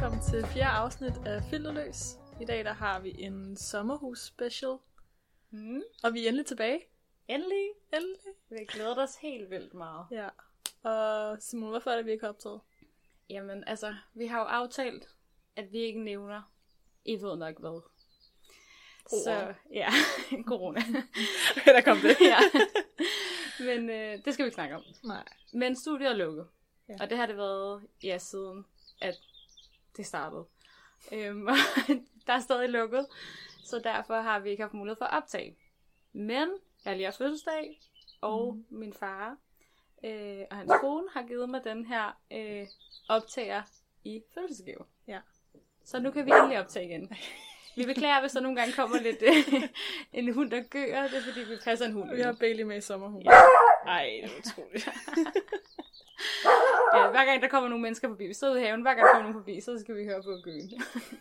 velkommen til 4. afsnit af Filterløs. I dag der har vi en sommerhus special. Og vi er endelig tilbage. Endelig. Vi har glædet os helt vildt meget. Ja. Og Simon, hvorfor er det, vi ikke har optaget? Jamen, altså, vi har jo aftalt, at vi ikke nævner, I ved nok hvad. Så, ja, corona. Der kom det. Ja. Men det skal vi ikke snakke om. Nej. Men studiet er lukket. Ja. Og det har det været, ja, siden at det startede. Der er stadig lukket, så derfor har vi ikke haft mulighed for at optage. Men jeg har lige haft fødselsdag, og min far og hans kone har givet mig den her optager i fødselsdagsgave. Ja. Så nu kan vi endelig optage igen. Vi beklager, hvis der nogle gange kommer lidt en hund, der gør. Det er fordi, vi passer en hund. Vi har Bailey med i sommerhus. Ja. Ej, det er utroligt. Ja, hver gang der kommer nogle mennesker forbi, vi sidder ude i haven, hver gang der kommer nogen forbi, så skal vi høre på gøen.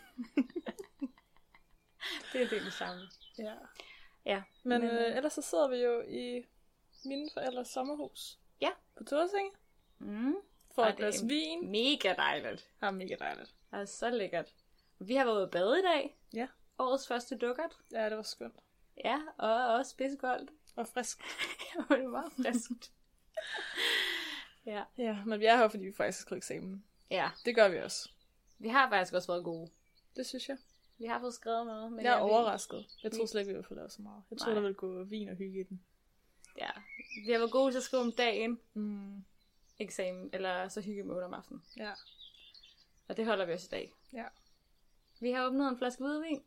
Det er det samme. Ja. Ja. Men ellers så sidder vi jo i mine forældres sommerhus. Ja. På Torsinge. For et glas vin. Mega dejligt. Ja, mega dejligt. Det er så lækkert. Vi har været ude at bade i dag. Ja. Årets første dukkert. Ja, det var skønt. Ja, og også pissekoldt. Og frisk. Ja, det var friskt. Ja. Ja, men vi er her, fordi vi faktisk har skrevet eksamen. Ja. Det gør vi også. Vi har faktisk også været gode. Det synes jeg. Vi har fået skrevet noget. Men jeg er overrasket. Jeg troede slet ikke, vi ville få lavet så meget. Jeg troede, der ville gå vin og hygge i den. Ja. Vi har været gode til at skrive om dagen. Eksamen. Eller så hygge med om aftenen. Ja. Og det holder vi også i dag. Ja. Vi har åbnet en flaske hvidvin.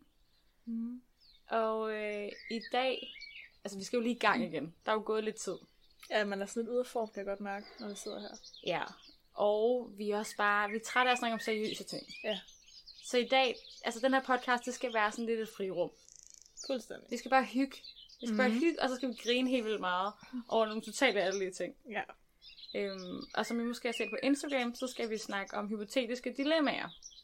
Og i dag... Altså, vi skal jo lige i gang igen. Der er jo gået lidt tid. Ja, man er sådan lidt ude af form, kan jeg godt mærke, når vi sidder her. Ja. Og vi er også bare... Vi er trætte af at snakke om seriøse ting. Ja. Så i dag... Altså, den her podcast, det skal være sådan lidt et frirum. Fuldstændig. Vi skal bare hygge. Vi skal bare hygge, og så skal vi grine helt vildt meget over nogle totalt ærlige ting. Ja. Og som I måske har set på Instagram, så skal vi snakke om hypotetiske dilemmaer.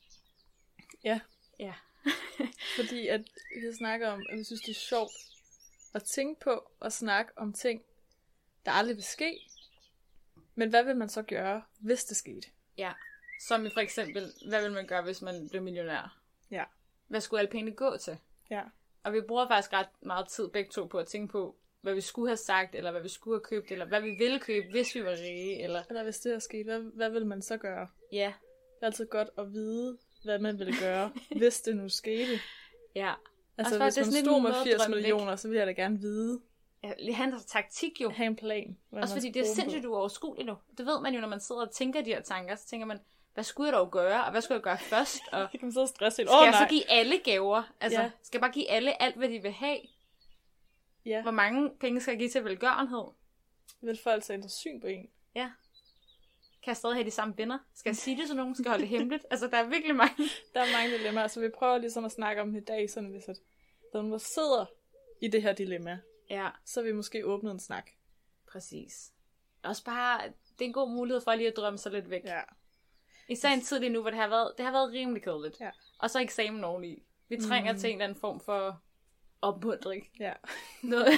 Ja. Ja. Fordi at vi snakker om, at vi synes, det er sjovt at tænke på og snakke om ting, der aldrig vil ske. Men hvad vil man så gøre, hvis det skete? Ja. Som for eksempel, hvad vil man gøre, hvis man blev millionær? Ja. Hvad skulle alle pengene gå til? Ja. Og vi bruger faktisk ret meget tid begge to på at tænke på, hvad vi skulle have sagt, eller hvad vi skulle have købt, eller hvad vi ville købe, hvis vi var rige, eller hvis det er sket, hvad vil man så gøre? Ja. Det er altid godt at vide, hvad man ville gøre, hvis det nu skete. Ja. Altså, hvis man stod med 80 millioner, så ville jeg da gerne vide. Ja, hans taktik jo. Have en plan. Også fordi det er sindssygt uoverskueligt nu. Det ved man jo, når man sidder og tænker de her tanker, så tænker man, hvad skulle jeg dog gøre, og hvad skulle jeg gøre først? Og det kan man sidde og stresse helt. Skal jeg så give alle gaver? Altså, skal jeg bare give alle alt, hvad de vil have? Ja. Hvor mange penge skal jeg give til velgørenhed? Vil folk så ændre syn på en? Ja. Kan jeg stadig have de samme venner? Skal jeg sige det til nogen? Skal jeg holde det hemmeligt? Altså, der er virkelig mange. Der er mange dilemmaer, så vi prøver ligesom at snakke om det i dag, sådan hvis at der er nogen, der sidder i det her dilemma, så vi måske åbne en snak. Præcis. Også bare, det er en god mulighed for lige at drømme sig lidt væk. Ja. Især en tid lige nu, hvor det har været rimelig kedeligt. Ja. Og så eksamen oveni. Vi trænger til en eller anden form for opmuntring. Ja. Noget,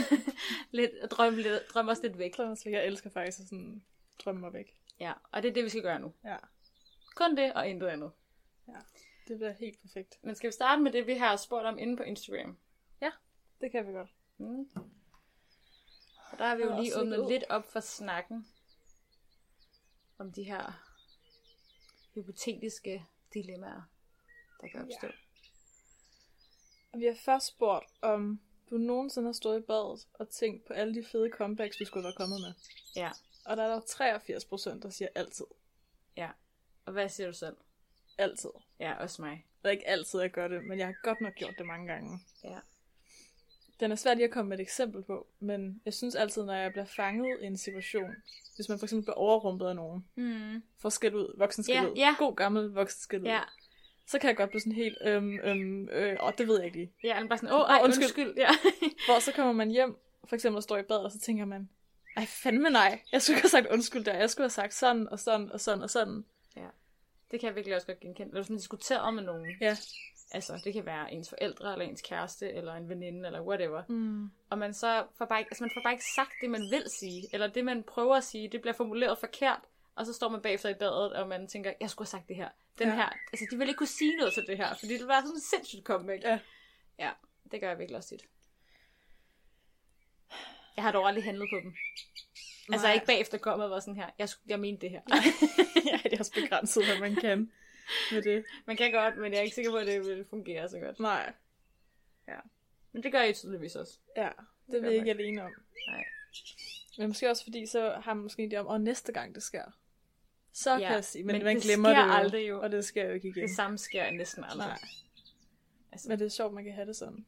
drømme os lidt væk. Jeg elsker faktisk at sådan drømme mig væk. Ja, og det er det, vi skal gøre nu. Ja. Kun det og intet andet. Ja, det bliver helt perfekt. Men skal vi starte med det, vi har spurgt om inde på Instagram? Ja, det kan vi godt. Og der har vi jo lige åbnet lidt op for snakken om de her hypotetiske dilemmaer, der kan opstå. Ja. Og vi har først spurgt, om du nogensinde har stået i badet og tænkt på alle de fede comebacks, du skulle være kommet med. Ja. Og der er der 83%, der siger altid. Ja. Og hvad siger du selv? Altid. Ja, også mig. Det er ikke altid, jeg gør det, men jeg har godt nok gjort det mange gange. Ja. Den er svært lige at komme med et eksempel på, men jeg synes altid, når jeg bliver fanget i en situation, hvis man for eksempel bliver overrumpet af nogen, får skæld ud, voksenskæld ud, god gammel voksenskæld ud, så kan jeg godt blive sådan helt, det ved jeg ikke lige. Ja, bare sådan, undskyld. Ja. Hvor så kommer man hjem, for eksempel og står i badet, og så tænker man, ej fandme nej, jeg skulle ikke have sagt undskyld der, jeg skulle have sagt sådan, og sådan, og sådan, og sådan. Ja, det kan jeg virkelig også godt genkende. Eller hvis man diskuterer med nogen. Ja. Altså, det kan være ens forældre, eller ens kæreste, eller en veninde, eller whatever. Og man så får bare ikke sagt det, man vil sige, eller det, man prøver at sige, det bliver formuleret forkert, Og så står man bagefter i badet, og man tænker, jeg skulle have sagt det her. Den her, altså de vil ikke kunne sige noget til det her, fordi det var sådan en sindssygt comeback. Ja, det gør jeg virkelig også tit. Jeg har dog aldrig handlet på dem. Nej. Altså ikke bagefter kommet og var sådan her, jeg mente det her. Ja, det er også begrænset, hvad man kan med det. Man kan godt, men jeg er ikke sikker på, at det vil fungere så godt. Nej. Ja. Men det gør jeg tydeligvis også. Ja, det vil jeg ikke alene om. Nej. Men måske også fordi, så har man måske en idé om, næste gang det sker. Så kan jeg sige, men man det glemmer det jo, aldrig jo. Og det sker jo ikke igen. Det samme sker næsten aldrig. Nej. Altså. Men det er sjovt, man kan have det sådan.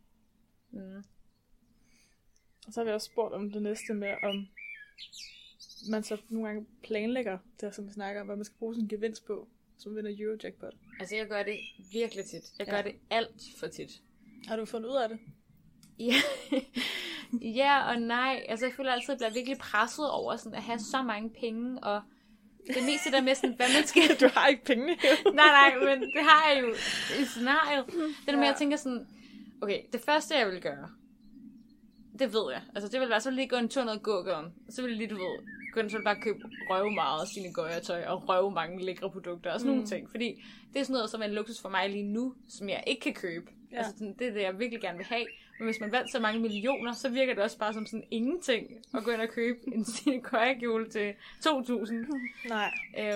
Og så har vi også spurgt om det næste med, om man så nogle gange planlægger det, som vi snakker om, hvad man skal bruge sin gevinst på, som vinder Eurojackpot. Altså jeg gør det virkelig tit. Jeg gør det alt for tit. Har du fundet ud af det? Ja. Ja og nej. Altså jeg føler altid, at jeg bliver virkelig presset over sådan, at have så mange penge, og det meste der med sådan, hvad man skal... Du har ikke penge jo. nej, men det har jeg jo i scenariet. Det der med, jeg tænker sådan, okay, det første jeg vil gøre, det ved jeg. Altså det vil være, så vil jeg lige gå en tur ned ad gågaden. Så vil jeg lige, gå ind, så vil jeg bare købe røve meget af sine gøjertøj, og røve mange lækre produkter, og sådan nogle ting. Fordi det er sådan noget, som er en luksus for mig lige nu, som jeg ikke kan købe. Ja. Altså sådan, det er det, jeg virkelig gerne vil have. Men hvis man vandt så mange millioner, så virker det også bare som sådan ingenting, at gå ind og købe en Stine Køjerkjole til 2.000. Nej.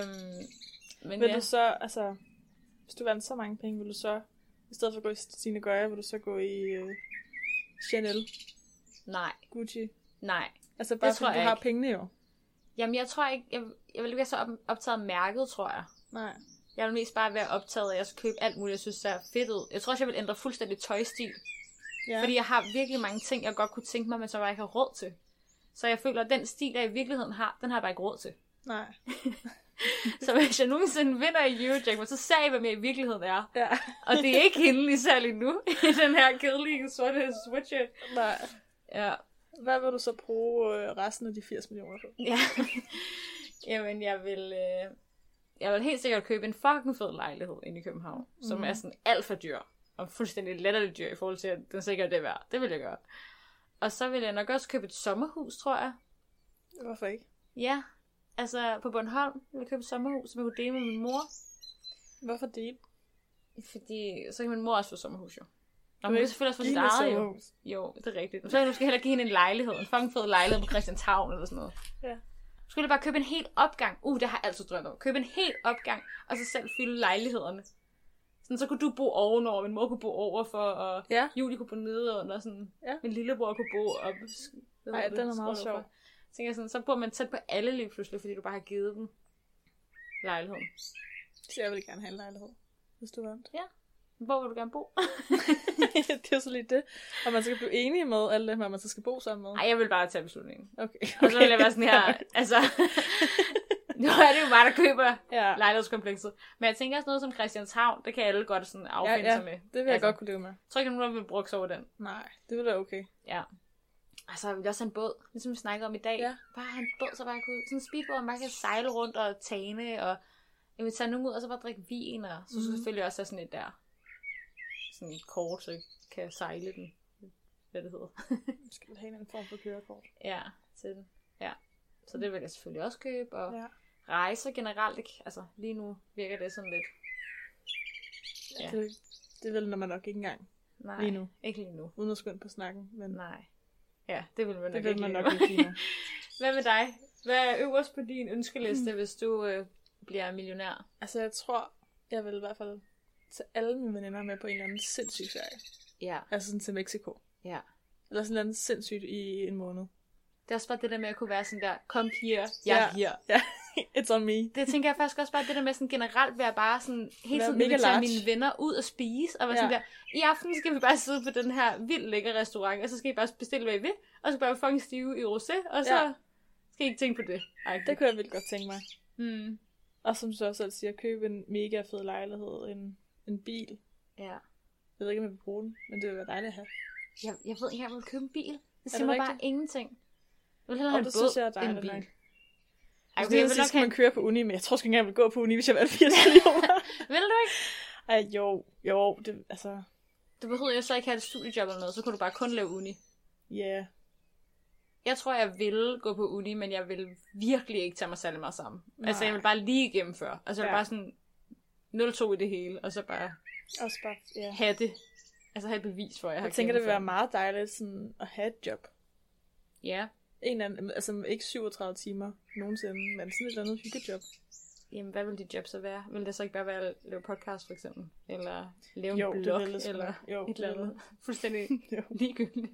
Men vil du så, altså, hvis du vandt så mange penge, vil du så, i stedet for at gå i Stine Køjer, vil du så gå i Chanel? Nej. Gucci? Nej. Altså bare fordi du har pengene jo. Jamen jeg tror ikke, jeg vil ikke være så optaget af mærket, tror jeg. Nej. Jeg vil mest bare være optaget af, at jeg skal købe alt muligt, jeg synes ser fedt ud. Jeg tror også, jeg vil ændre fuldstændig tøjstil. Ja. Fordi jeg har virkelig mange ting, jeg godt kunne tænke mig, men så bare ikke har råd til. Så jeg føler, at den stil, jeg i virkeligheden har, den har jeg bare ikke råd til. Nej. Så hvis jeg nogensinde vinder i Eurojackpot, så ser jeg, hvad jeg i virkeligheden er. Ja. Og det er ikke hende lige særligt nu, i den her kedelige sorte sweatshirt. Nej. Ja. Hvad vil du så bruge resten af de 80 millioner på? Ja. Jamen, jeg vil helt sikkert købe en fucking fed lejlighed inde i København, som er sådan alt for dyr. Og fuldstændig latterligt dyr i forhold til, at den sikkert er værd. Det vil jeg gøre. Og så vil jeg nok også købe et sommerhus, tror jeg. Hvorfor ikke? Ja, altså på Bornholm vil jeg købe et sommerhus, som jeg kunne dele med min mor. Hvorfor dele? Fordi så kan min mor også få sommerhus, jo. Og hun kan selvfølgelig også få sit eget, jo. Jo, det er rigtigt. Så kan du måske heller give hende en lejlighed. En fucking fed lejlighed på Christianshavn eller sådan noget. Ja. Så skulle jeg bare købe en helt opgang. Det har jeg altid drømt om. Købe en helt opgang, og så selv fylde lejlighederne. Sådan, så kunne du bo ovenover, min mor kunne bo overfor, og Julie kunne bo nedenunder, og sådan. Ja. Min lillebror kunne bo op. Nej, den er meget sjov. Tænker sådan, så bor man tæt på alle lige pludselig, fordi du bare har givet dem lejligheden. Så jeg vil gerne have en lejlighed, hvis du vandt. Ja. Hvor vil du gerne bo? Det er jo så lidt det. Og man skal blive enige med alle dem, man så skal bo sammen med. Nej, jeg vil bare tage beslutningen. Okay. Og så vil jeg være sådan her, altså... Nu er det jo bare, der køber lejlighedskomplekset. Men jeg tænker også noget som Christianshavn, det kan alle godt sådan affinde sig med. Det vil jeg godt kunne leve med. Jeg tror ikke, nogen vil bruge over den. Nej, det vil være okay. Ja. Altså, jeg vil også have en båd, ligesom vi snakkede om i dag. Ja. Bare have en båd, så bare kunne... Sådan en speedbåd, man bare kan sejle rundt og tane, og jeg vil tage nogen ud, og så bare drikke vin, og så selvfølgelig også have sådan et der... Sådan et kort, så jeg kan sejle den. Hvad det hedder. Skal have en form for kørekort. Ja, til den. Ja. Så det vil jeg selvfølgelig også købe, og rejser generelt ikke. Altså, lige nu virker det sådan lidt... Ja. Det vil man nok ikke engang. Nej, lige nu. Ikke lige nu. Uden at skynde på snakken. Men... Nej. Ja, det vil man nok ikke lige nu. Hvad med dig? Hvad er øverst på din ønskeliste, hvis du bliver millionær? Altså, jeg tror, jeg vil i hvert fald tage alle mine veninder med på en eller anden sindssyg ferie. Ja. Altså sådan til Mexico. Ja. Eller sådan noget sindssygt i en måned. Det er også bare det der med at kunne være sådan der, kom her, jeg er her. Ja, it's on me. Det tænker jeg faktisk også bare, det der med sådan generelt være bare sådan, hele tiden invitere mine venner ud og spise, og være sådan der, i aften skal vi bare sidde på den her vildt lækker restaurant, og så skal I bare bestille, hvad I vil, og så bare fucking stive i rosé, og så skal I ikke tænke på det. Ej, det kunne jeg virkelig godt tænke mig. Og som du også selv siger, købe en mega fed lejlighed, en bil. Ja. Jeg ved ikke, om jeg vil bruge den, men det vil være dejligt at have. Jeg ved ikke, om jeg vil købe en bil. Det siger mig bare ingenting. Jeg vil hellere have en båd, synes jeg er dejligt en bil. Nok. Okay, jeg vil skal man køre på uni, men jeg tror sgu ikke engang, jeg vil gå på uni, hvis jeg valgte 80 millioner. Vil du ikke? Ej, jo, det, altså... Du behøver jo så ikke have et studiejob eller noget, så kunne du bare kun lave uni. Ja. Jeg tror, jeg ville gå på uni, men jeg ville virkelig ikke tage mig særlig meget sammen. Nej. Altså, jeg vil bare lige gennemføre. Altså, jeg vil bare sådan 0-2 i det hele, og så bare, have det. Altså, have et bevis for, at jeg har Jeg tænker, det vil være meget dejligt sådan, at have et job. Ja. En anden, altså ikke 37 timer nogensinde, men sådan et eller andet hyggejob. Jamen, hvad vil dit job så være? Vil det så ikke bare være at lave podcast, for eksempel? Eller lave en blog? Eller et eller andet? Fuldstændig ligegyldigt.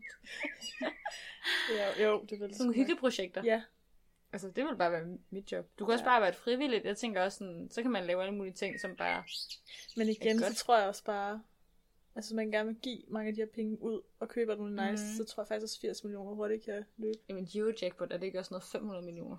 jo, det vil det. Sådan hyggeprojekter? Ja. Altså, det vil bare være mit job. Du kan også bare være et frivilligt. Jeg tænker også sådan, så kan man lave alle mulige ting, som bare... Men igen, så tror jeg også bare... Altså, man gerne vil give mange af de her penge ud og købe nogle nice, så tror jeg faktisk også 80 millioner hurtigt kan løbe. Jamen, Eurojackpot, er det ikke også noget 500 millioner?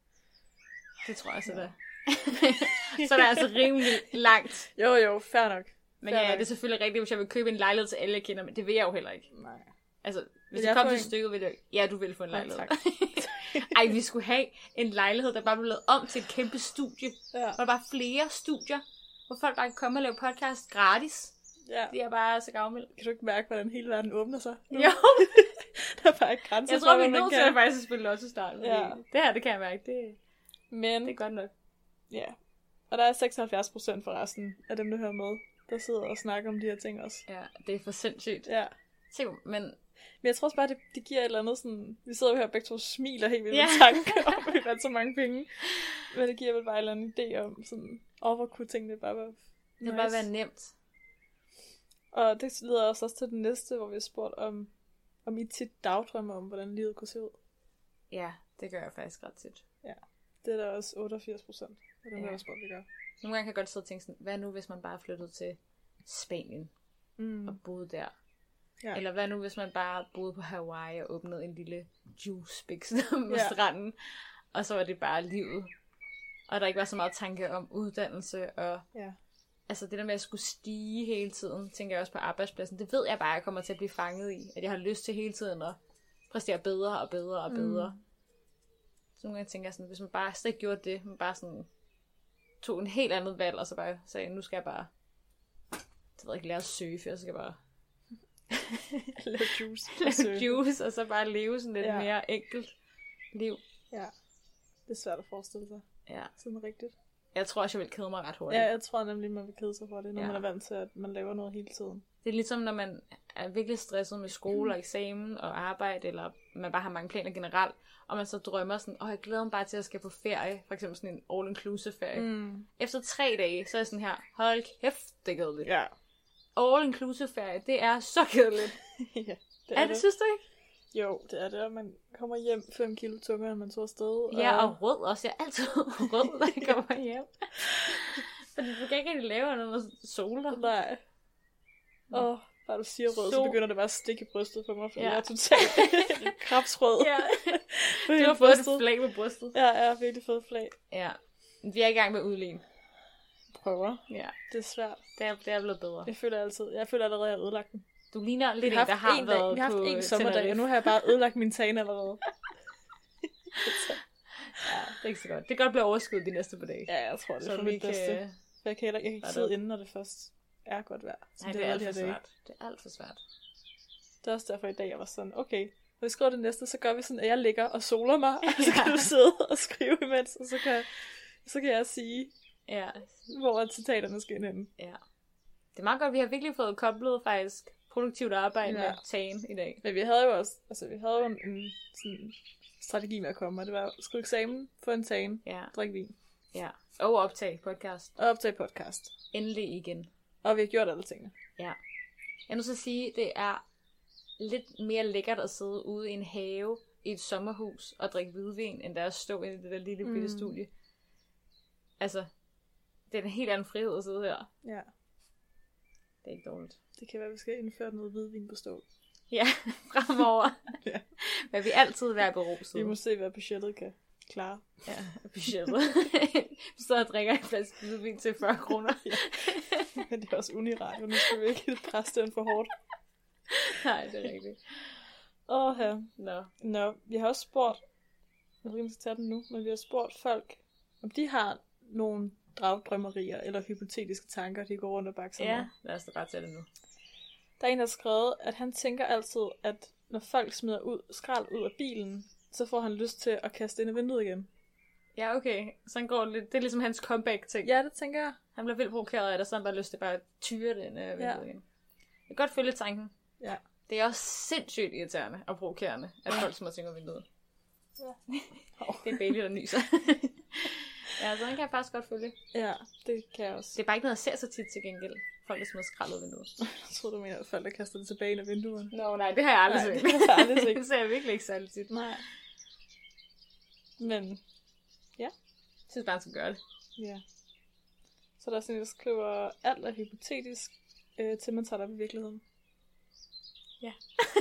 Det tror jeg så da. Så er det altså rimelig langt. Jo, fair nok. Men ja, det er selvfølgelig rigtigt, hvis jeg vil købe en lejlighed til alle, jeg kender, men det vil jeg jo heller ikke. Nej. Altså, hvis det kom til stykket, vil jeg ja, du vil få en lejlighed. Tak. Ej, vi skulle have en lejlighed, der bare blev lavet om til et kæmpe studie. Ja. Og der bare flere studier, hvor folk bare kan komme og lave podcast gratis. Ja. Det er bare så gavmildt. Kan du ikke mærke, hvordan hele verden åbner sig? Jo. Der er bare ikke grænser. Jeg tror, vi er nødt til at faktisk spille Lotto Start. Ja. Det her, det kan jeg mærke. Men, det er godt nok. Ja. Og der er 76% for resten af dem, der hører med, der sidder og snakker om de her ting også. Ja, det er for sindssygt. Ja. Men jeg tror også bare, det giver et eller andet sådan... Vi sidder jo her og begge to smiler helt vildt med tanke om, at vi har så mange penge. Men det giver vel bare en eller anden idé om sådan... hvor kunne tingene bare være nice. Det vil bare være nemt. Og det leder også til den næste, hvor vi har spurgt om I tit dagdrømmer om, hvordan livet kunne se ud. Ja, det gør jeg faktisk ret tit. Ja, det er der også 88% af den der spurgt, vi gør. Nogle gange kan jeg godt sidde og tænke sådan, hvad nu hvis man bare flyttede til Spanien og boede der? Ja. Eller hvad nu hvis man bare boede på Hawaii og åbnede en lille juice bix med stranden, og så var det bare livet. Og der ikke var så meget tanke om uddannelse og... Ja. Altså det der med at skulle stige hele tiden, tænker jeg også på arbejdspladsen. Det ved jeg bare, at jeg kommer til at blive fanget i. At jeg har lyst til hele tiden at præstere bedre og bedre og bedre. Så nogle gange tænker jeg sådan, hvis man bare slet ikke gjorde det, man bare sådan tog en helt andet valg, og så bare sagde, nu skal jeg bare, det ved jeg ikke, lære at surfe, og så skal jeg bare lave juice, og så bare leve sådan lidt mere enkelt liv. Ja, det er svært at forestille sig. Ja. Sådan rigtigt. Jeg tror også, jeg vil kede mig ret hurtigt. Ja, jeg tror nemlig, man vil kede sig hurtigt, når man er vant til, at man laver noget hele tiden. Det er ligesom, når man er virkelig stresset med skole og eksamen og arbejde, eller man bare har mange planer generelt, og man så drømmer sådan, jeg glæder mig bare til at skal på ferie, for eksempel sådan en all-inclusive ferie. Efter 3 dage, så er jeg sådan her, hold kæft, det er kedeligt. Ja. All-inclusive ferie, det er så kedeligt. Ja, det er det. Synes du ikke? Jo, det er det, og man kommer hjem 5 kilo tungere, end man tog afsted. Ja, og rød også. Jeg er altid rød, når jeg kommer hjem. Fordi du kan ikke rigtig lave noget soler. Nej. Bare du siger rød, så begynder det bare at stikke i brystet for mig, fordi jeg er totalt krabsrød. Ja. Du har fået et flag med brystet. Ja, jeg har virkelig fået et flag. Ja. Vi er i gang med udlign. Prøver. Ja. Det er svært. Det er blevet bedre. Jeg føler allerede, at jeg har ødelagt den. Du ligner lidt en, der har været på... Vi har haft en sommerdag, og nu har jeg bare ødelagt min tane allerede. Ja, det er ikke så godt. Det kan godt blive overskud de næste par dage. Ja, jeg tror, det er for mit bedste. Jeg kan ikke sidde inde, når det først er godt vejr. Nej, det er alt for svært. Det er alt for svært. Det er også derfor i dag, jeg var sådan, okay, når vi skriver det næste, så gør vi sådan, at jeg ligger og soler mig, og så kan du sidde og skrive imens, og så kan jeg sige, hvor citaterne skal ind henne. Ja. Det er meget godt, vi har virkelig fået koblet faktisk produktivt arbejde med tagen i dag. Men vi havde jo også, en sådan strategi med at komme, og det var at skrive eksamen, få en tagen, drikke vin. Ja, og optage podcast. Endelig igen. Og vi har gjort alle tingene. Ja. Jeg nu så sige, det er lidt mere lækkert at sidde ude i en have, i et sommerhus, og drikke hvidvin, end der at stå inde i det der lille bitte studie. Altså, det er en helt anden frihed at sidde her. Ja. Det er ikke dårligt. Det kan være, at vi skal indføre noget hvidvin på stål. Ja, fremover. Ja. Men vi altid være beruset. Vi må se, hvad budgettet kan klare. Ja, budgettet. Vi sidder og drikker en flaske hvidvin til 40 kroner. Ja. Men det er også unirart, og nu skal vi ikke presse den for hårdt. Nej, det er rigtigt. Nå, vi har også spurgt, jeg ved ikke, om jeg skal tage den nu, men vi har spurgt folk, om de har nogle dragdrømmerier eller hypotetiske tanker, de går rundt og bakser med. Ja, lad os da bare tage det nu. Der er en, der har skrevet, at han tænker altid, at når folk smider skrald ud af bilen, så får han lyst til at kaste ind i vinduet igen. Ja, okay. Så han går lidt, det er ligesom hans comeback-ting. Ja, det tænker jeg. Han bliver vildt provokeret af det, så han bare lyst til bare at tyre det ind i vinduet igen. Jeg kan godt følge tanken. Ja. Det er også sindssygt irriterende og provokerende, at folk smider ting ud af vinduet. Ja. Det er Bailey, der nyser. Ja, så den kan jeg faktisk godt følge. Ja, det kan jeg også. Det er bare ikke noget, jeg ser så tit til gengæld. Folk, der smider skrald ud af vinduet. Jeg tror, du mener, at folk, der kaster det tilbage ind i vinduerne. Nå, nej, det har jeg aldrig set. Det har jeg aldrig set. Det ser jeg virkelig ikke særlig tit. Nej. Men, ja. Jeg synes bare, han skal gøre det. Ja. Så der er sådan en, der skriver, alt er hypotetisk, til man tager det op i virkeligheden. Ja.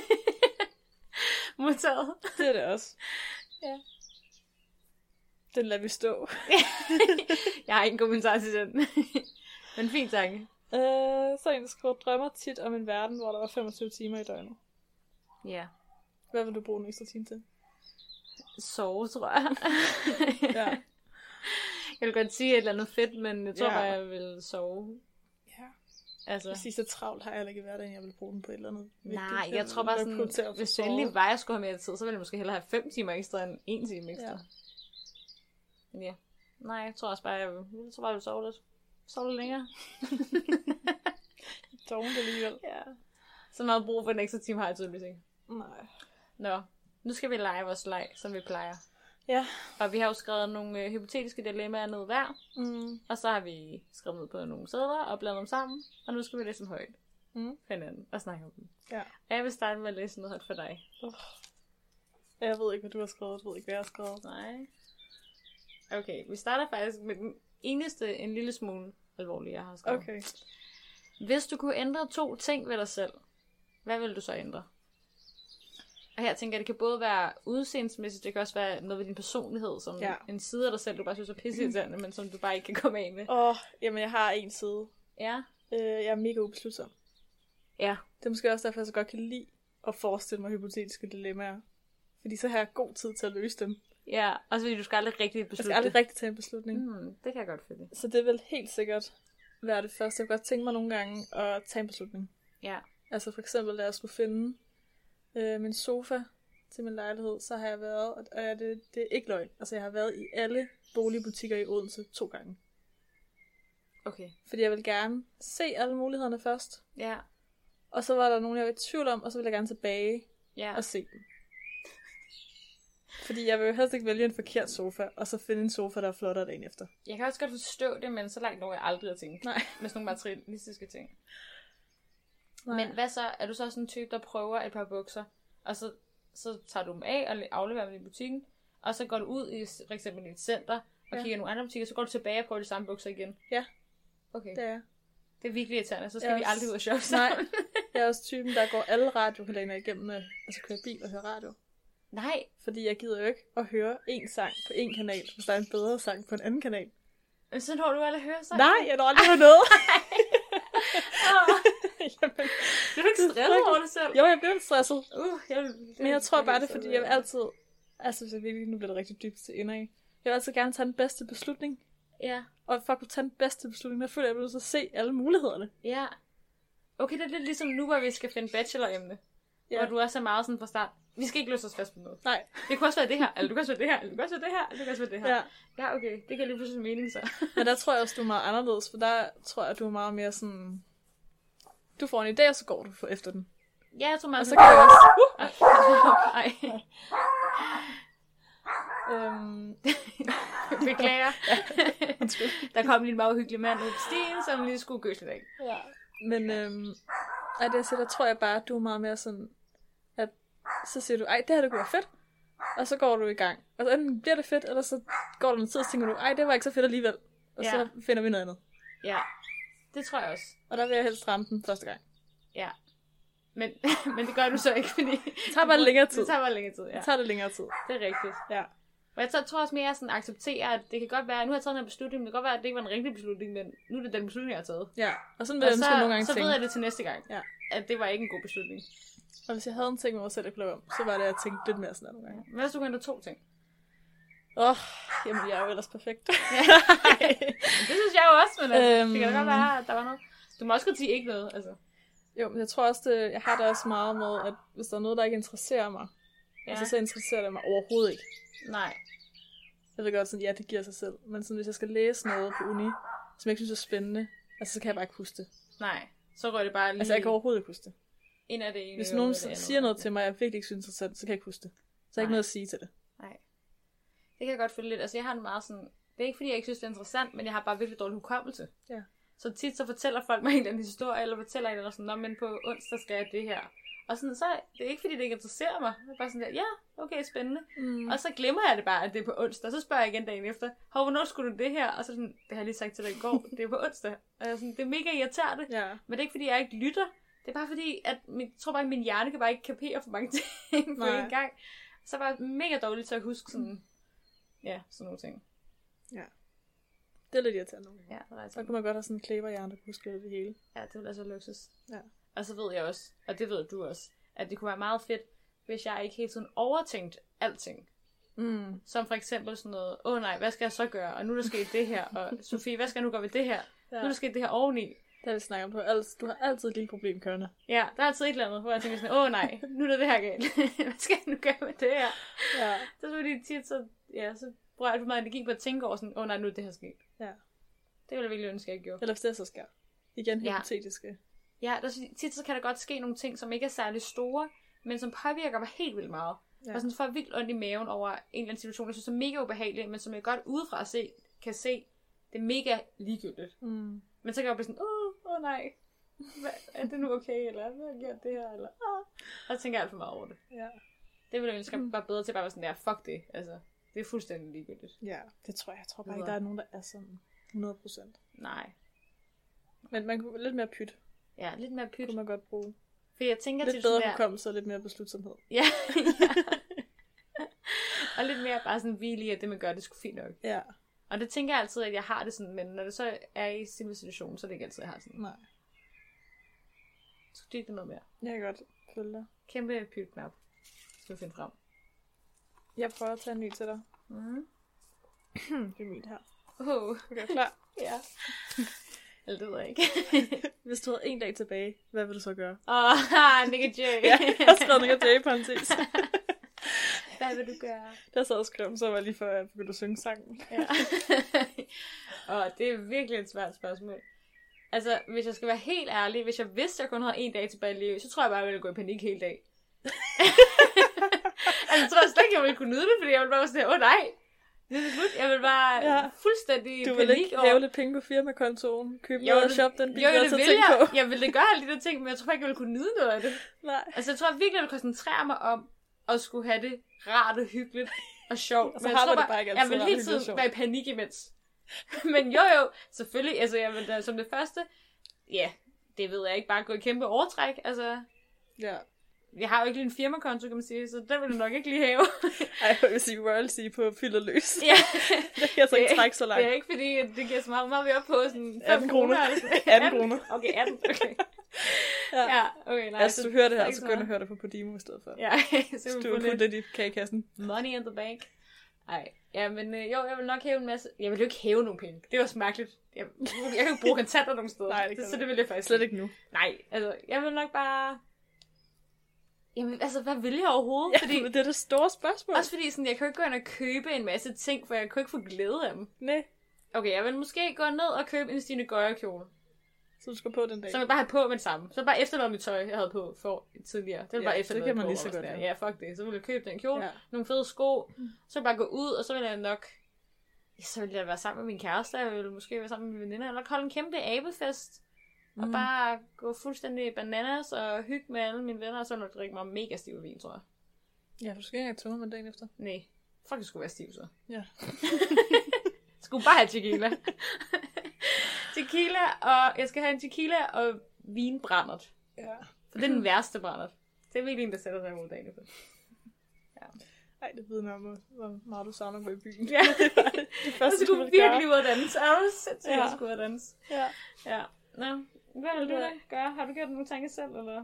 Modtaget. Det er det også. Ja. Den lader vi stå. Jeg har ingen kommentar til den. Men fint tanke. Så er en, der skriver, drømmer tit om en verden, hvor der var 25 timer i døgnet. Ja. Hvad vil du bruge en ekstra time til? Sove, tror jeg. Ja. Jeg vil godt sige et eller andet fedt, men jeg tror bare, jeg vil sove. Ja. Altså. Hvis I så travlt, har jeg ikke i hverdagen, jeg vil bruge den på et eller andet vigtigt. Nej, jeg tror bare sådan, hvis det endelig var, jeg skulle have mere tid, så ville jeg måske hellere have 5 timer ekstra end 1 time ekstra. Ja. Men ja. Nej, jeg tror også bare, jeg vil sove lidt. Sove lidt længere. Dårligt alligevel. Ja. Så meget brug for en ekstra time har jeg tydeligvis ikke. Nej. Nå, nu skal vi lege vores leg, som vi plejer. Ja. Og vi har jo skrevet nogle hypotetiske dilemmaer ned hver. Og så har vi skrevet ned på nogle sædler og blandet dem sammen. Og nu skal vi læse dem højt. For hinanden og snakke om dem. Ja. Og jeg vil starte med at læse noget højt for dig. Jeg ved ikke, hvad du har skrevet. Jeg ved ikke, hvad jeg har skrevet. Nej. Okay, vi starter faktisk med den eneste, en lille smule alvorlige, jeg har skrevet. Okay. Hvis du kunne ændre 2 ting ved dig selv, hvad vil du så ændre? Og her tænker jeg, det kan både være udseendsmæssigt, det kan også være noget ved din personlighed, som en side af dig selv, du bare synes er pisseirriterende, men som du bare ikke kan komme af med. Jamen jeg har en side. Ja. Jeg er mega ubeslutsom. Ja. Det er måske også derfor, jeg så godt kan lide at forestille mig hypotetiske dilemmaer. Fordi så har jeg god tid til at løse dem. Ja, også fordi du skal aldrig rigtig beslutte. Jeg skal aldrig rigtig tage en beslutning. Det kan jeg godt følge. Så det vil helt sikkert være det første. Jeg kunne godt tænke mig nogle gange at tage en beslutning. Ja. Altså for eksempel, da jeg skulle finde min sofa til min lejlighed, så har jeg været, og det er ikke løgn, altså jeg har været i alle boligbutikker i Odense 2 gange. Okay. Fordi jeg vil gerne se alle mulighederne først. Ja. Og så var der nogen, jeg var i tvivl om, og så ville jeg gerne tilbage og se dem. Fordi jeg vil jo helst ikke vælge en forkert sofa, og så finde en sofa, der er flottere dagen efter. Jeg kan også godt forstå det, men så langt når jeg aldrig har tænkt. Nej. Med sådan nogle materialistiske ting. Nej. Men hvad så? Er du så sådan en type, der prøver et par bukser, og så tager du dem af og afleverer dem i butikken, og så går du ud i for eksempel i et center, og kigger nogle andre butikker, så går du tilbage og prøver de samme bukser igen? Ja. Okay. Det er. Det er virkelig irriterende, så skal vi aldrig ud og shoppe sammen. Nej, jeg er også typen, der går alle radiokanaler igennem med, altså kører bil og hører radio. Nej. Fordi jeg gider jo ikke at høre en sang på en kanal, hvis der er en bedre sang på en anden kanal. Men så når du aldrig hører sang? Nej, jeg når aldrig hørt noget. Jamen, bliver du ikke stresset over det selv? Jo, jeg bliver lidt stresset. Men jeg tror bare, det er, fordi jeg vil altid, altså hvis jeg virkelig, nu bliver det rigtig dybt til ender i, jeg vil altid gerne tage den bedste beslutning. Ja. Og for at kunne tage den bedste beslutning, der føler jeg, at jeg bliver nødt til at se alle mulighederne. Ja. Okay, det er lidt ligesom nu, hvor vi skal finde bachelor-emne. Ja. Hvor du også er meget sådan fra start. Vi skal ikke løse os fast på noget. Nej. Det kan også være det her, eller du kan også være det her, eller du kan også være det her, eller du kan også være det her. Ja. Ja, okay. Det kan lige pludselig mening så. Men der tror jeg også, du er meget anderledes, for der tror jeg, du er meget mere sådan... Du får en idé, og så går du efter den. Ja, jeg tror meget... Og så kan jeg også... Beklager. Der kom lige en meget hyggelig mand ud på stien, som lige skulle gøse lidt af. Ja. Men der tror jeg bare, at du er meget mere sådan, at så siger du, ej, det her det kunne være fedt, og så går du i gang. Og så enten bliver det fedt, eller så går der noget tid, og så tænker du, ej, det var ikke så fedt alligevel. Og så finder vi noget andet. Ja, det tror jeg også. Og der vil jeg helst ramme den første gang. Ja. Men det gør du så ikke, fordi... Det tager bare længere tid. Det tager bare længere tid, ja. Det tager det længere tid. Det er rigtigt. Ja. Og jeg tror også mere sådan acceptere, at det kan godt være, nu har jeg taget en beslutning, det kan godt være, at det ikke var en rigtig beslutning, men nu er det den beslutning, jeg har taget. Ja, og sådan vil jeg ønske nogle gange så ved jeg det til næste gang, ja. At det var ikke en god beslutning. Og hvis jeg havde en ting med mig selv, jeg kunne lave om, så var det, at jeg tænkte lidt mere sådan nogle gange. Men hvis du kan ændre 2 ting? Jamen jeg er jo ellers perfekt. Ja. Det synes jeg jo også, men altså, det kan da godt være, at der var noget. Du må også godt sige ikke noget, altså. Jo, men jeg tror også, jeg har det også meget med, at hvis der er noget, der ikke interesserer mig, altså, så interesserer det mig overhovedet ikke. Nej. Jeg ved godt sådan, ja, det giver sig selv. Men sådan, hvis jeg skal læse noget på uni, som jeg ikke synes er spændende, altså, så kan jeg bare ikke huske det. Nej, så rører det bare lige... Altså, jeg kan overhovedet ikke huske det. Ind af det ene. Hvis nogen siger noget til mig, jeg virkelig ikke synes er interessant, så kan jeg ikke huske det. Så jeg har ikke noget at sige til det. Nej. Det kan jeg godt føle lidt. Altså, jeg har en meget sådan... Det er ikke, fordi jeg ikke synes, det er interessant, men jeg har bare virkelig dårlig hukommelse. Ja. Så tit så fortæller folk mig en eller anden historie, eller fortæller en eller sådan, men på onsdag skal jeg det her. Og sådan, så det er ikke, fordi det ikke interesserer mig. Det er bare sådan der, ja, okay, spændende. Og så glemmer jeg det bare, at det er på onsdag. Så spørger jeg igen dagen efter, hvornår skulle du det her? Og så sådan, det har jeg lige sagt til dig i går, det er på onsdag. Og jeg sådan, det er mega irriterende. Ja. Men det er ikke, fordi jeg ikke lytter. Det er bare fordi, at jeg tror bare, at min hjerne kan bare ikke kapere for mange ting på en gang. Så er jeg bare mega dårligt til at huske sådan, ja, sådan nogle ting. Ja. Det er lidt irriterende. Ja, det er så kunne man godt have sådan en klæberhjerne, der kunne huske det hele. Ja, det vil altså luksus. Ja. Og så ved jeg også, og det ved du også, at det kunne være meget fedt, hvis jeg ikke hele tiden overtænkt alting. Som for eksempel sådan noget, nej, hvad skal jeg så gøre? Og nu er der sket det her. Og Sofie, hvad skal jeg nu gøre ved det her? Nu er der sket det her oveni. Det har vi snakket om. Du har altid et lille problem kørende. Ja, der er altid et eller andet, hvor jeg tænker sådan, nej, nu er det her galt. Hvad skal jeg nu gøre med det her? Ja. Så er det tit, så bruger jeg for meget energi på at tænke over sådan, nej, nu er det her sket. Ja. Det ville jeg virkelig ønske, jeg gjorde. Eller hvis det så sker. Igen hypotetiske. Ja, tit så kan der godt ske nogle ting, som ikke er særlig store, men som påvirker mig helt vildt meget. Ja. Og sådan får vildt ondt i maven over en eller anden situation, jeg synes er mega ubehagelig, men som jeg godt udefra kan se, det er mega ligegyldigt. Men så kan jeg blive sådan, nej, er det nu okay, eller hvad har jeg gjort det her, eller og så tænker jeg alt for meget over det. Ja. Det ville jeg ønske, at bare bedre til at bare være sådan der, fuck det, altså, det er fuldstændig ligegyldigt. Ja, det tror jeg. Jeg tror bare ikke, der er nogen, der er sådan 100%. Nej. Men man kunne lidt mere pyt. Ja, lidt mere pyt. Kunne man godt bruge. For jeg tænker lidt bedre hukommelse og lidt mere beslutsomhed. Ja. Og lidt mere bare sådan hvile i, at det man gør, det er sgu fint nok. Ja. Og det tænker jeg altid, at jeg har det sådan, men når det så er i sin situation, så er det ikke altid, jeg har sådan. Nej. Så det er noget mere. Jeg kan godt følge dig. Kæmpe pytknap. Skal vi finde frem. Jeg prøver at tage en ny til dig. Det er min her. Okay, klar? Ja. Eller det ved jeg ikke. Hvis du havde en dag tilbage, hvad vil du så gøre? Nick J. Ja, jeg har skrevet Nick J på en tis. Hvad vil du gøre? Der sad og skrev, så var jeg lige før, at jeg begyndte at synge sangen. Ja. Det er virkelig et svært spørgsmål. Altså, hvis jeg skal være helt ærlig, hvis jeg vidste, at jeg kun havde en dag tilbage i livet, så tror jeg bare, at jeg ville gå i panik hele dag. Altså, jeg tror slet ikke, jeg ville kunne nyde det, fordi jeg ville bare være sådan, nej, det er slut. Jeg vil bare fuldstændig panik over. Du vil ikke hæve lidt penge på firmakontoen, købe noget og shoppe den bil, jeg tænke på. Jeg ville gøre alle de der ting, men jeg tror ikke, jeg ville kunne nyde noget af det. Nej. Altså, jeg tror virkelig, jeg ville koncentrere mig om at skulle have det rart og hyggeligt og sjovt. Og så har man det bare ikke altid. Jeg vil hele tiden være i panik imens. Men jo, selvfølgelig. Altså, jeg vil da som det første, det ved jeg ikke, bare gå i kæmpe overtræk. Altså, jeg har jo ikke lige en firmakonto, kan man sige, så den vil du nok ikke lige have. Ej, jeg vil sige royalty på fyld og løs. Ja. Det kan jeg så ikke trække så langt. Det er ikke fordi, det giver så meget vi op på sådan 18 kroner. 18 kroner. Okay, 18, okay. Ja, okay, nej. Altså, du hører det her, så begynder at høre det på Podimo i stedet for. Ja, så du har lidt i kagekassen. Money in the bank. Ej, ja, men jeg vil nok hæve en masse. Jeg vil jo ikke hæve nogen penge. Det er også mærkeligt. Jeg kan jo ikke bruge kontanter nogen steder. Nej, så det vil jeg faktisk slet ikke nu. Nej, altså, jeg vil nok bare... Jamen, altså, hvad vil jeg overhovedet? Ja, fordi... det er det store spørgsmål. Også fordi, sådan, jeg kan jo ikke gå ind og købe en masse ting, for jeg kan ikke få glæde af dem. Nej. Okay, jeg vil måske gå ned og købe en Stine Goya-kjole. Så du skal på den dag? Så jeg bare have på med det samme. Så bare efterlade mit tøj, jeg havde på for tidligere. Det var bare efterlade det kan man lige så godt. Ja, fuck det. Så vil jeg købe den kjole, nogle fede sko, så bare gå ud, og så vil jeg nok... Så vil jeg være sammen med min kæreste, jeg vil måske være sammen med mine veninder, eller holde en kæmpe abefest. Og bare gå fuldstændig bananas og hygge med alle mine venner, og så vil jeg nok drikke mig mega stiv vin, tror jeg. Ja, du skal ikke have tømmer med dagen efter. Nej, fuck, jeg skulle være stiv så. Ja. Skulle bare have tequila. Tequila, og jeg skal have en tequila og vinbrændert. Ja. For det er den værste brændert. Det er virkelig en, der sætter sig imod dagen efter. Ja. Ej, det vidner om, hvor meget du savner på i byen. Ja. det første, du skulle virkelig ud at danse. Jeg var sindssygt, jeg skulle ud at danse. Ja. Nå, hvad vil du da gøre? Har du gjort nogle tanker selv, eller?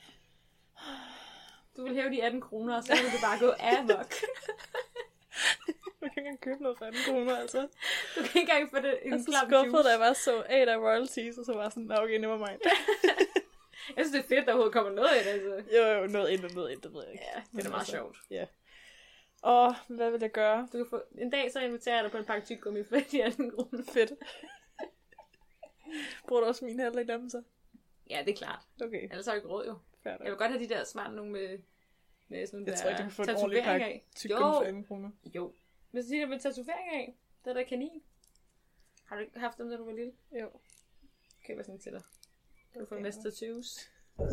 Du vil hæve de 18 kroner, og så vil du bare gå amok. Du kan ikke engang købe noget for 18 kroner, altså. Du kan ikke engang få det en klam juice. Jeg så skuffet, da jeg bare så der royalties, og så var sådan, okay, never mind. Jeg synes, det er fedt, der overhovedet kommer noget ind, altså. Jo, noget ind, det ved jeg ikke. Ja, det er meget sjovt. Ja. Og hvad vil jeg gøre? Du kan få... En dag så inviterer jeg dig på en pakke tyggegummi for i anden grund. Fedt. Bruger du også min halvdel af dem så? Ja, det er klart. Okay. Ellers har jeg ikke råd jo. Færdig. Jeg vil godt have de der smarte nogle med sådan jeg tror ikke, du kan få en ordentlig pakke tyggegummi for 18 kroner. Jo. Hvis du siger, med tatovering af, det der kanin. Har du ikke haft dem, da du var lille? Jo. Køber sådan til dig. Du kan få en masse tattoos.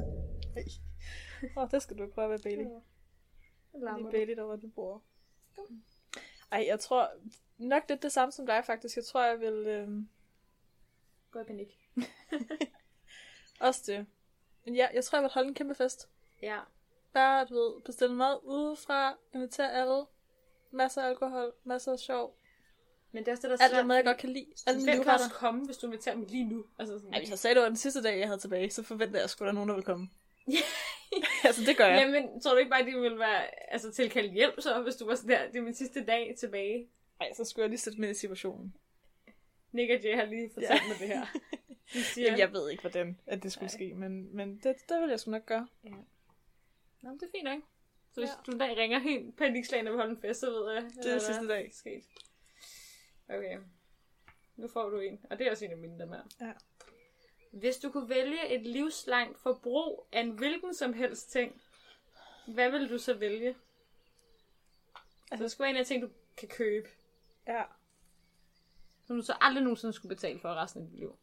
Det skal du ikke prøve ved Bailey. Lige Bailey, der hvor du bor. Ej, jeg tror nok lidt det samme som dig faktisk. Jeg tror, jeg vil... Gå i panik. Også det. Men ja, jeg tror, jeg vil holde en kæmpe fest. Ja. Bare, du ved, bestille mad udefra, invitere alle. Masser af alkohol, masser af sjov. Men det er også det, der alt det mad, jeg godt kan lide. Alle mine kan også komme, hvis du inviterer dem lige nu. Altså sådan. Ej, hvis jeg sagde, det var den sidste dag, jeg havde tilbage, så forventer jeg sgu, der er nogen, der vil komme. Altså, det gør jeg. Jamen, tror du ikke bare, at de ville være tilkaldt hjælp så, hvis du var sådan der, det er min sidste dag tilbage? Ej, så skulle jeg lige sætte mig i situationen. Nick og Jay har lige fortalt mig det her. De siger, jamen, jeg ved ikke, hvordan at det skulle ske, men det vil jeg sgu nok gøre. Ja. Nå, men det er fint, ikke? Så hvis du en dag ringer helt panikslagende og vil holde en fest, så ved jeg, det er sidste dag. Sket. Okay. Nu får du en. Og det er også en af mine, der med. Ja. Hvis du kunne vælge et livslangt forbrug af en hvilken som helst ting, hvad vil du så vælge? Altså, det skulle være en af ting, du kan købe. Ja. Som du så aldrig nogensinde skulle betale for resten af dit liv.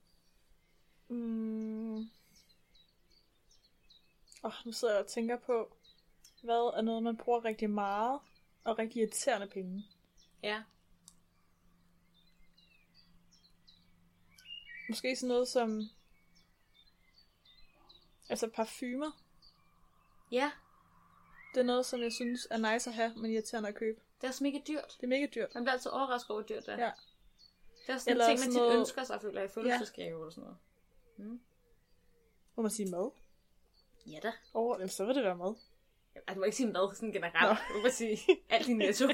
Nu sidder jeg og tænker på, hvad er noget, man bruger rigtig meget, og rigtig irriterende penge. Ja. Måske sådan noget som... Altså parfumer. Ja. Det er noget, som jeg synes er nice at have, men irriterende at købe. Det er også mega dyrt. Det er mega dyrt. Man bliver altid overrasket over, hvor dyrt det er. Ja. Det er sådan en ting, man tit ønsker sig, føler jeg, i fødselsdagsgave eller sådan noget. Må man sige mad? Ja da. Så vil det være mad. Altså, du må ikke sige mad sådan generelt. Du må bare sige alt i Netto.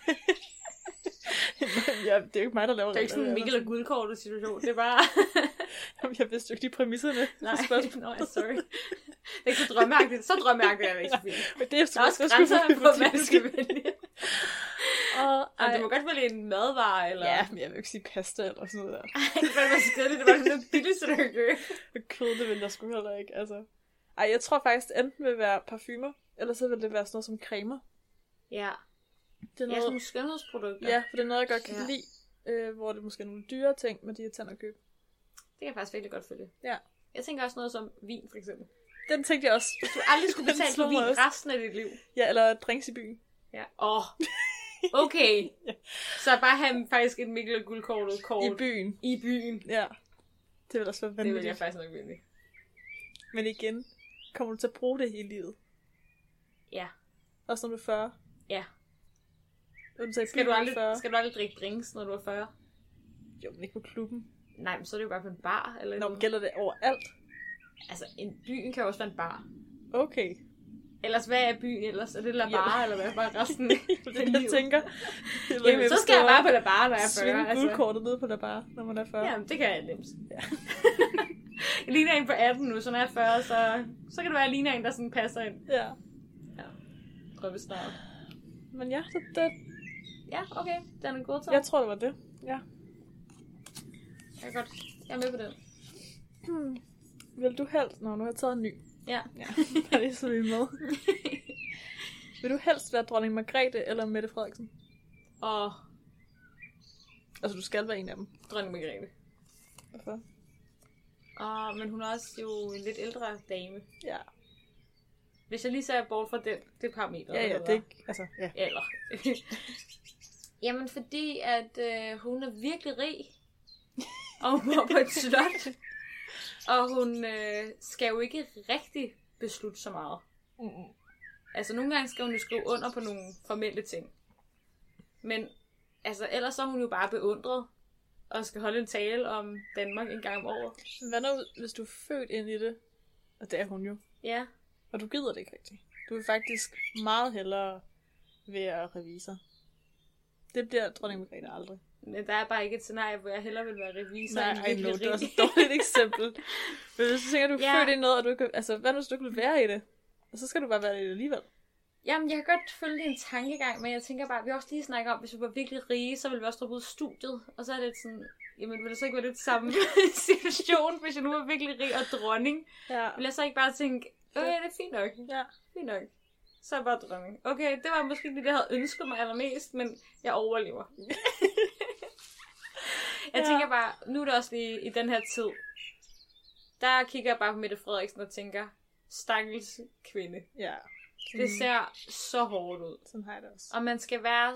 Ja, det er jo ikke mig, der laver det. Det er ikke sådan en Mikkel og Guldkortet situation. Det er bare... Jeg vidste jo ikke de præmisserne. Nej, sorry. Det er ikke så drømmeagtigt. Så drømmeagtigt er det ikke så fint. Men det er der er også grænser på, hvad du skal vælge. Og du må godt vælge en madvare, eller... Ja, men jeg vil ikke sige pasta eller sådan noget der. Ej, det var så kedeligt. Det var sådan noget billigt, så det kan gøre. Kød, det vil jeg sgu heller ikke, altså. Ej, jeg tror faktisk, det enten vil være parfumer, eller så vil det være sådan noget som cremer. Ja. Det er noget... Ja, sådan nogle skønhedsprodukter. Ja, for det er noget, jeg godt kan lide, hvor det måske er nogle dyre ting, men de er tænder at købe. Det kan jeg faktisk virkelig godt følge. Ja. Jeg tænker også noget som vin, for eksempel. Den tænkte jeg også. Hvis du aldrig skulle betale for vin resten af dit liv. Ja, eller drinks i byen. Ja. Okay. Ja. Så bare have faktisk et Mikkel og Guldkortet kort. I byen. I byen. Ja. Det vil også være vanvittigt. Det vil jeg faktisk nok vælge. Men igen, kommer du til at bruge det hele livet? Ja. Også når du er 40? Ja. Skal du aldrig drikke drinks, når du er 40? Jo, men ikke på klubben. Nej, men så er det jo bare på en bar. Eller nå, men gælder det overalt? Altså, en byen kan jo også være en bar. Okay. Ellers, hvad er byen ellers? Er det La Bar, eller hvad? Bare resten det, jeg tænker. Jamen, så skal jeg bare på La Bar, når jeg er 40. Svinge guldkortet ned på La Bar, når man er 40. Jamen, det kan jeg nemt. Ja. Jeg ligner en på 18 nu, så når jeg er 40, så kan det være, at jeg ligner en, der sådan passer ind. Ja. Ja. Prøv vi snart. Men ja, det... Ja, okay. Den er god til. Jeg tror, det var det. Ja. Jeg er godt. Jeg er med på den. Vil du helst... nu har jeg taget en ny. Ja. Bare lige så vi er med. Vil du helst være dronning Margrethe eller Mette Frederiksen? Altså, du skal være en af dem. Dronning Margrethe. Hvorfor? Men hun er også jo en lidt ældre dame. Ja. Hvis jeg lige ser bort fra det parameter. Ja, det er ikke... Altså, ja. Eller... Jamen, fordi at hun er virkelig rig. Og hun bor på et slot. Og hun skal jo ikke rigtig beslutte så meget. Altså, nogle gange skal hun jo skrive under på nogle formelle ting. Men, altså, ellers så er hun jo bare beundret. Og skal holde en tale om Danmark en gang om året. Hvad nu, hvis du er født ind i det? Og det er hun jo. Ja. Og du gider det ikke rigtigt. Du vil faktisk meget hellere være revisor. Det bliver dronning Margrethe aldrig. Men der er bare ikke et scenarie, hvor jeg hellere vil være revisor. Nej, I know, det er også et dårligt eksempel. Men hvis du tænker, du er født i noget, og du ikke... Altså, hvad nu, hvis du ikke vil være i det? Og så skal du bare være i det alligevel. Jamen, jeg kan godt følge din tankegang, men jeg tænker bare, vi har også lige snakket om, hvis vi var virkelig rige, så ville vi også droppe ud af studiet. Og så er det sådan, jamen, ville det så ikke være lidt samme situation, hvis jeg nu var virkelig rig og dronning? Ja. Vil jeg så ikke bare tænke, okay, det er fint nok. Ja. Fint nok. Så er jeg bare dronning. Okay, det var måske det, jeg havde ønsket mig allermest, men jeg overlever. Jeg tænker bare, nu er det også lige i den her tid, der kigger jeg bare på Mette Frederiksen og tænker, stakkels kvinde. Ja. Det ser så hårdt ud. Sådan har jeg det også. Og man skal være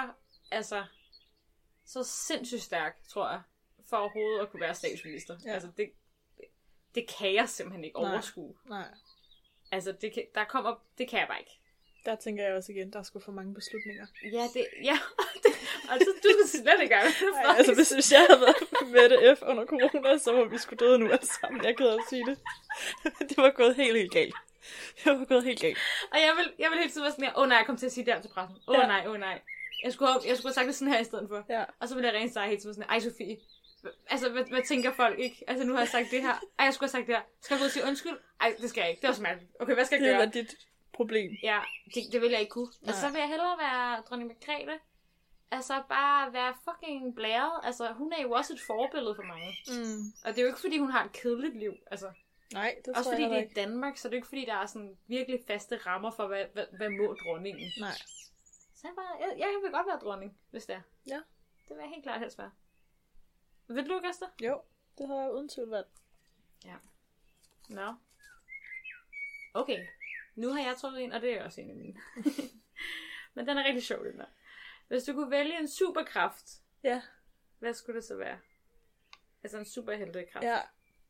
så sindssygt stærk, tror jeg, for overhovedet at kunne være statsminister. Ja. Altså, det kan jeg simpelthen ikke overskue. Nej. Altså, det kan jeg bare ikke. Der tænker jeg også igen, der er sgu for mange beslutninger. Altså, du skal slet ikke gøre det. Altså, hvis jeg havde været Mette F. under corona, så var vi sgu døde nu alle sammen. Jeg kan også sige det. Det var gået helt galt. Det var gået helt galt. Og jeg vil helt tiden være sådan her, nej, jeg kom til at sige det her til pressen. Nej. Jeg skulle have sagt det sådan her i stedet for. Ja. Og så ville jeg rent sig helt tiden sådan her, Sofie. Altså, hvad tænker folk, ikke? Altså, nu har jeg sagt det her. Jeg skulle have sagt det her. Skal jeg gå og sige undskyld? Det skal jeg ikke. Det var så mærkeligt. Okay, hvad skal jeg gøre? Det var dit problem. Ja, det vil jeg ikke kunne. Altså, så vil jeg hellere være dronning Margrethe. Altså, bare være fucking blæret. Altså, hun er jo også et forbillede for mange. Mm. Og det er jo ikke, fordi hun har et kedeligt liv. Altså, nej, det også fordi det er i Danmark, så det er ikke, fordi der er sådan virkelig faste rammer for, hvad må dronningen. Nej. Så jeg vil godt være dronning, hvis det er. Ja. Det vil jeg helt klart helst være. Vil du, Gæster? Jo, det har jeg uden tvivl været. Ja. Nå. Okay. Nu har jeg trukket ind, og det er også en af mine. Men den er rigtig sjov, den der. Hvis du kunne vælge en superkraft, ja, hvad skulle det så være? Altså en superheltekraft. Ja.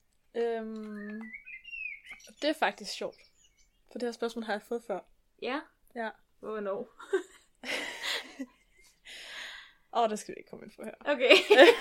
Det er faktisk sjovt. For det her spørgsmål har jeg fået før. Ja? Ja. Hvornår? Det skal vi ikke komme ind på her. Okay.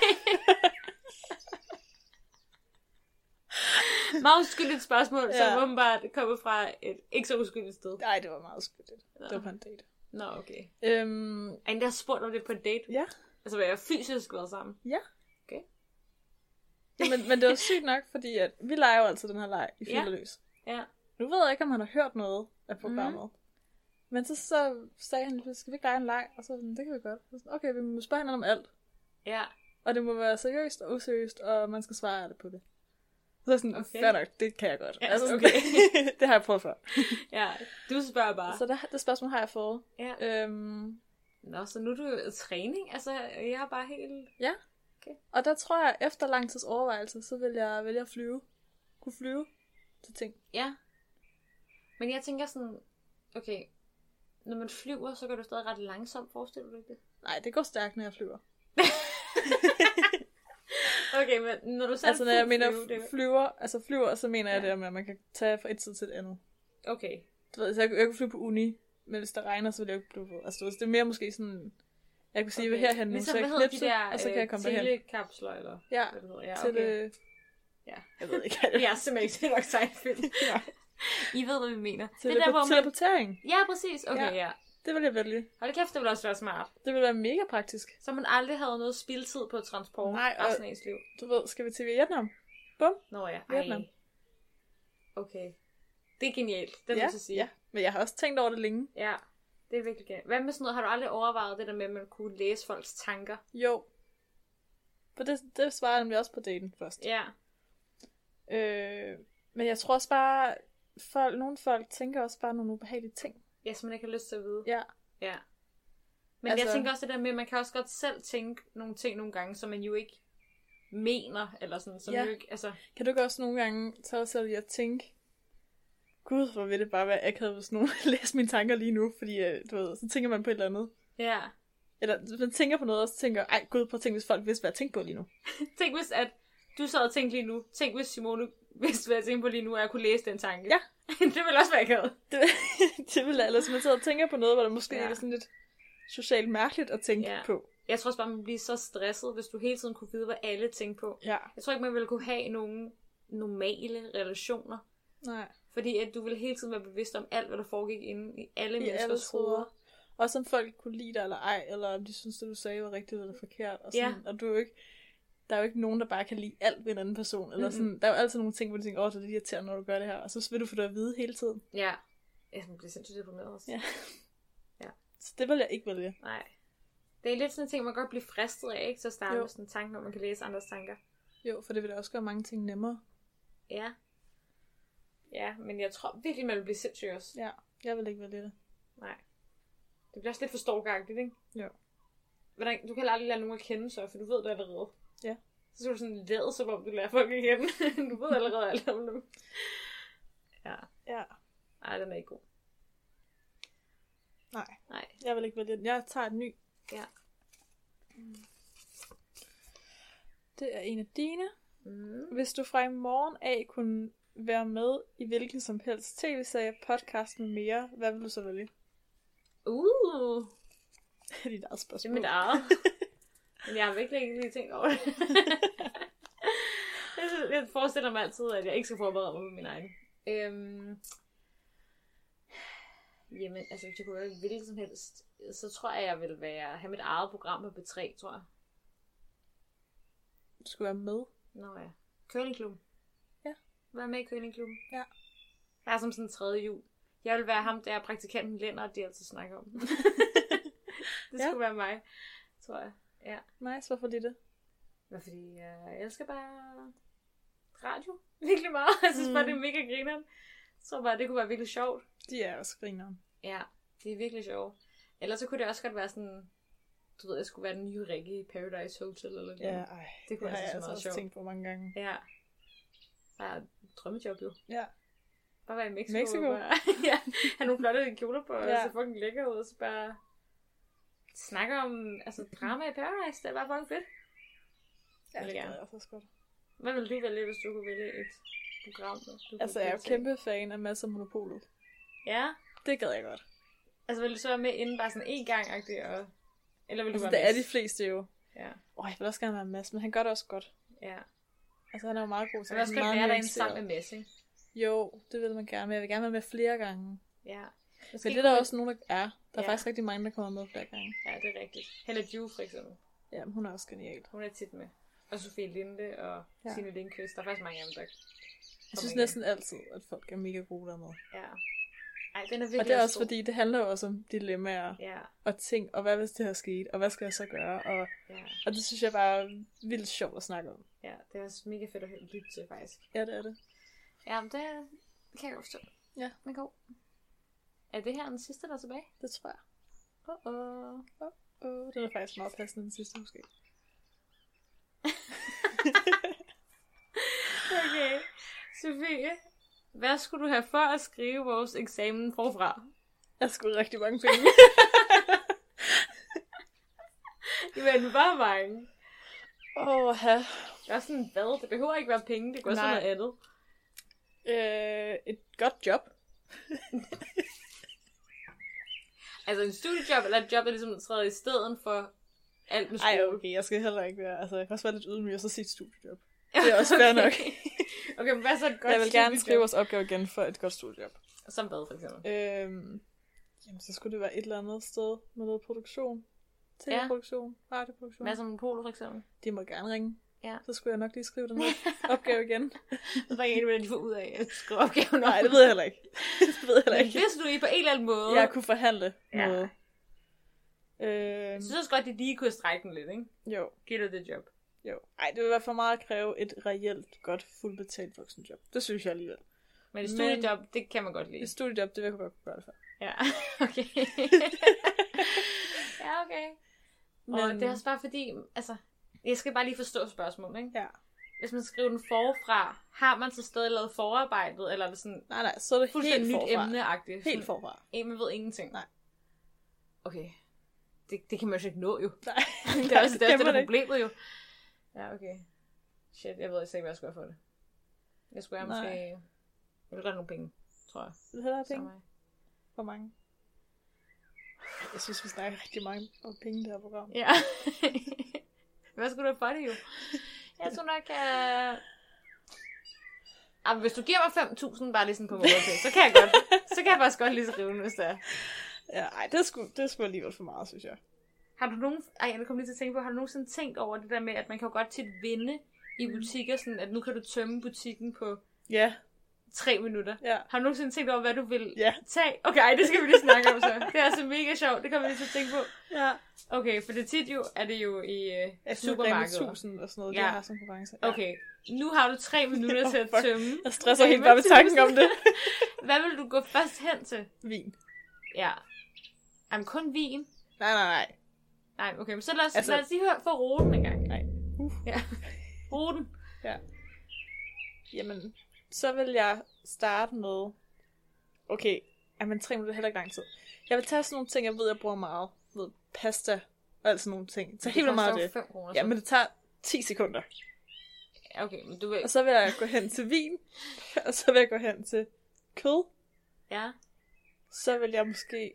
Meget uskyldigt spørgsmål, som åbenbart kommer fra et ikke så uskyldigt sted. Nej, det var meget uskyldigt. Det var på en date. Nå, okay. En der spurgte om det på en date? Ja. Altså, var jeg fysisk været sammen? Ja. Okay. Men det var sygt nok, fordi at vi leger jo altid den her leg i Filterløs. Ja. Nu ved jeg ikke, om han har hørt noget af programmet. Mm. Men så sagde han, skal vi ikke lege en leg? Og så det kan vi godt. Okay, vi må spørge hinanden om alt. Ja. Og det må være seriøst og useriøst, og man skal svare det på det. Så sådan, fair nok, det kan jeg godt. Ja, altså, okay. Det har jeg prøvet før. Ja, du spørger bare. Så det spørgsmål har jeg fået. Ja. Nå, så nu er du træning? Altså, jeg er bare helt... Ja. Okay. Og der tror jeg, efter lang tids overvejelse, så vil jeg vælge at flyve. Kunne flyve til ting. Ja. Men jeg tænker sådan, okay, når man flyver, så går du stadig ret langsomt, forestiller du ikke det? Nej, det går stærkt, når jeg flyver. Okay, men når du selv altså, når jeg mener flyver, så mener jeg det med, at man kan tage fra et tid til et andet. Okay. Du ved, så jeg kan flyve på uni, men hvis der regner, så vil jeg ikke blive på. Altså, det er mere måske sådan, jeg kunne sige, herhen nu, så jeg knipse, og så kan jeg komme derhen. Telekapsler, eller hvad det hedder. Ja, okay. Jeg ved ikke. Jeg er simpelthen ikke til nok sejlfilm. Ja. I ved, hvad vi mener. Teleportering. Ja, præcis. Okay, ja. Det vil jeg vælge. Hold kæft, det vil også være smart. Det vil være mega praktisk. Så man aldrig havde noget spildtid på transport. Nej, resten af ens liv. Du ved, skal vi til Vietnam? Bum. Nå ja, Vietnam. Okay. Det er genialt, det vil jeg sige. Ja, men jeg har også tænkt over det længe. Ja, det er virkelig genialt. Hvad med sådan noget, har du aldrig overvejet det der med, at man kunne læse folks tanker? Jo. For det svarer jeg nemlig også på daten først. Ja. Men jeg tror også bare, nogle folk tænker også bare nogle ubehagelige ting. Ja, som man ikke har lyst til at vide. Ja. Ja. Men jeg tænker også det der med, at man kan også godt selv tænke nogle ting nogle gange, som man jo ikke mener, eller sådan, som jo ikke, altså... Kan du ikke også nogle gange tage dig selv i at tænke, gud, hvor vil det bare være akavet, hvis nogen læser mine tanker lige nu, fordi, du ved, så tænker man på et eller andet. Ja. Eller man tænker på noget, og så tænker, ej gud, prøv at tænke, hvis folk vidste, hvad jeg tænker på lige nu. Tænk hvis, at du sad og tænkte lige nu, tænk hvis Simone vidste, hvad jeg tænker på lige nu, og jeg kunne læse den tanke. Ja. Det ville også være akavet. Det ville ellers, man sidder og tænker på noget, hvor det måske er sådan lidt socialt mærkeligt at tænke på. Jeg tror også bare, man bliver så stresset, hvis du hele tiden kunne vide, hvad alle tænker på. Ja. Jeg tror ikke, man ville kunne have nogle normale relationer. Nej. Fordi at du ville hele tiden være bevidst om alt, hvad der foregik inde i alle menneskers hoveder. Også om folk kunne lide dig eller ej, eller om de synes, det du sagde var rigtigt eller forkert. Og, sådan, og du er jo ikke, der er jo ikke nogen, der bare kan lide alt ved en anden person. Eller sådan, der er jo altid nogle ting, hvor du tænker, det er lidt irriterende, når du gør det her. Og så vil du få det at vide hele tiden. Ja. Jeg bliver sindssygt deprimeret også. Ja. Så det vil jeg ikke vælge. Nej. Det er lidt sådan en ting, man godt bliver fristet af, ikke? Så starte med sådan en tanke, når man kan læse andres tanker. Jo, for det vil da også gøre mange ting nemmere. Ja. Ja, men jeg tror virkelig, man vil blive sindssyg også. Ja, jeg vil ikke vælge det. Nej. Det bliver også lidt for stalkeragtigt, ikke? Jo. Du kan aldrig lade nogen at kende så, for du ved det allerede. Ja. Så skal du sådan lade, som om du lærer folk at kende. Du ved allerede alt om dem. Ja. Ja. Ej, den er ikke god. Nej. Jeg vil ikke vælge den. Jeg tager et ny. Ja. Det er en af dine. Hvis du fra i morgen af kunne være med i hvilken som helst tv-serie, podcast med mere, hvad vil du så vælge? Det er dit eget spørgsmål. Det er mit eget. Men jeg har virkelig ikke lige tænkt over det. Jeg forestiller mig altid, at jeg ikke skal forberede mig på min egen. Jamen, altså hvis jeg kunne være hvilket som helst, så tror jeg vil have mit eget program på B3, tror jeg. Du skulle være med? Nå ja. Curlingklubben. Ja. Vær med i Curlingklubben. Ja. Jeg er som sådan en tredje jul. Jeg vil være ham, der praktikanten Lennart, de altid snakker om. Det skulle være mig, tror jeg. Ja. Nice, hvorfor det? Fordi jeg elsker bare radio virkelig meget. Jeg synes bare, det er mega grineren. Jeg tror bare, det kunne være virkelig sjovt. De er også grineren. Ja, det er virkelig sjovt. Ellers så kunne det også godt være sådan, du ved, jeg skulle være den nye Rikke i Paradise Hotel eller noget. Ja, det kunne jeg altså også sjovt. Tænkt på mange gange. Ja. Bare et drømmejob jo. Ja. Bare være i Mexico. Bare, ja, have nogle flotte kjoler på, og så fucking lækker ud, og så bare snakke om drama i Paradise. Det er bare fucking fedt. Ja, det er også godt. Hvad ville du vælge, hvis du kunne vælge et program? Jeg er jo kæmpe fan af Mads og Monopolet. Ja? Det gad jeg godt. Altså, vil du så være med inden bare sådan en gang-agtigt, eller vil du være det er de fleste jo. Ja. Jeg vil også gerne være Mads, men han gør det også godt. Ja. Altså, han er jo meget god til. Jeg vil også godt være derinde sammen med Mads, ikke? Jo, det vil man gerne, men jeg vil gerne være med flere gange. Ja. Men det er der også nogen, der er. Der er faktisk rigtig mange, der kommer med flere gange. Ja, det er rigtigt. Hella Ju, for eksempel. Ja, hun er også genial. Hun er tit med. Og Sofie Linde og Signe Lindqvist. Der er faktisk mange af dem, der jeg synes næsten altid, at folk er mega gode dernede. Ja. Ej, den er virkelig. Og det er også fordi, det handler jo også om dilemmaer og ting, og hvad hvis det her sket, og hvad skal jeg så gøre, og det synes jeg bare er vildt sjovt at snakke om. Ja, det er også mega fedt at lytte til, faktisk. Ja, det er det. Ja, men det kan jeg godt forstå. Ja. Men god. Er det her den sidste, der er tilbage? Det tror jeg. Det er faktisk meget passende den sidste, måske. Okay. Sofie, hvad skulle du have for at skrive vores eksamen forfra? Jeg skulle rigtig mange penge. Jamen, bare mange. Det er sådan hvad? Det behøver ikke være penge, det går sådan noget andet. Et godt job. Altså en studiejob, eller et job, der ligesom træder i stedet for alt med skole? Ej, okay, jeg skal heller ikke være, jeg kan også være lidt ydmyg og så sige et studiejob. Det er også fair nok. Okay, men hvad så et godt Jeg vil gerne skrive vores opgave igen for et godt studiejob. Som hvad, for eksempel? Jamen, så skulle det være et eller andet sted med noget produktion. TV-produktion, radioproduktion. Hvad som Monopol, for eksempel? De må gerne ringe. Ja. Så skulle jeg nok lige skrive den her opgave igen. Hvad er det, de får ud af at skrive opgaven? Nej, det ved jeg heller ikke. Men hvis du i på en eller anden måde... Jeg kunne forhandle noget. Jeg synes også godt, at de lige kunne strække den lidt, ikke? Jo. Giv dig det job. Jo. Ej, det vil være for meget at kræve et reelt godt fuldbetalt voksenjob. Det synes jeg alligevel. Men et studiejob, det kan man godt lide. Et studiejob, det vil jeg godt gøre det for. Ja, okay. Ja, okay. Men... Og det er også bare fordi, altså, jeg skal bare lige forstå spørgsmålet, ikke? Ja. Hvis man skriver den forfra, har man så stadig lavet forarbejdet, eller er det sådan... Nej, så er det helt nyt forfra. Emneagtigt. Helt forfra. Man ved ingenting. Nej. Okay. Det kan man jo ikke nå, jo. Nej. Det er også det problemet, jo. Ja, okay. Shit, jeg ved ikke, hvad jeg skulle have for det. Jeg skulle have måske... Jeg vil godt have nogle penge, tror jeg. Vil du hellere have penge? Hvor mange? Jeg synes, vi snakker rigtig mange om penge i det her program. Ja. Hvad skulle du have for det, jo? Jeg tror nok, hvis du giver mig 5.000 bare lige sådan på måde, så kan jeg godt. Så kan jeg faktisk godt lige skrive den, hvis det er. Ja, ej, det skulle alligevel for meget, synes jeg. Har du nogen... Ej, jeg kom lige til at tænke på, har du nogensinde tænkt over det der med, at man kan jo godt tit vinde i butikker, sådan at nu kan du tømme butikken på 3 minutter. Ja. Har du nogensinde tænkt over, hvad du vil tage? Okay, ej, det skal vi lige snakke om så. Det er altså mega sjovt, det kommer vi lige til at tænke på. Ja. Okay, for det tit jo, er det jo i supermarkedet. 1000 og sådan noget, det har sådan en konkurrence. Ja. Okay, nu har du 3 minutter til at tømme. Jeg stresser helt bare ved tanken om det. Hvad vil du gå først hen til? Vin. Ja. Jamen kun vin? Nej. Nej, okay, men så lad os lige høre for ruten en gang. Nej. Ja. Ruten. Ja. Jamen, så vil jeg starte med... Okay, men 3 minutter er heller ikke lang tid. Jeg vil tage sådan nogle ting, jeg ved, jeg bruger meget. Ved pasta og alt sådan nogle ting. Så helt vildt meget af det. 5 kroner, ja, men det tager 10 sekunder. Okay, men du vil... Og så vil jeg gå hen til vin. Og så vil jeg gå hen til kød. Ja. Så vil jeg måske...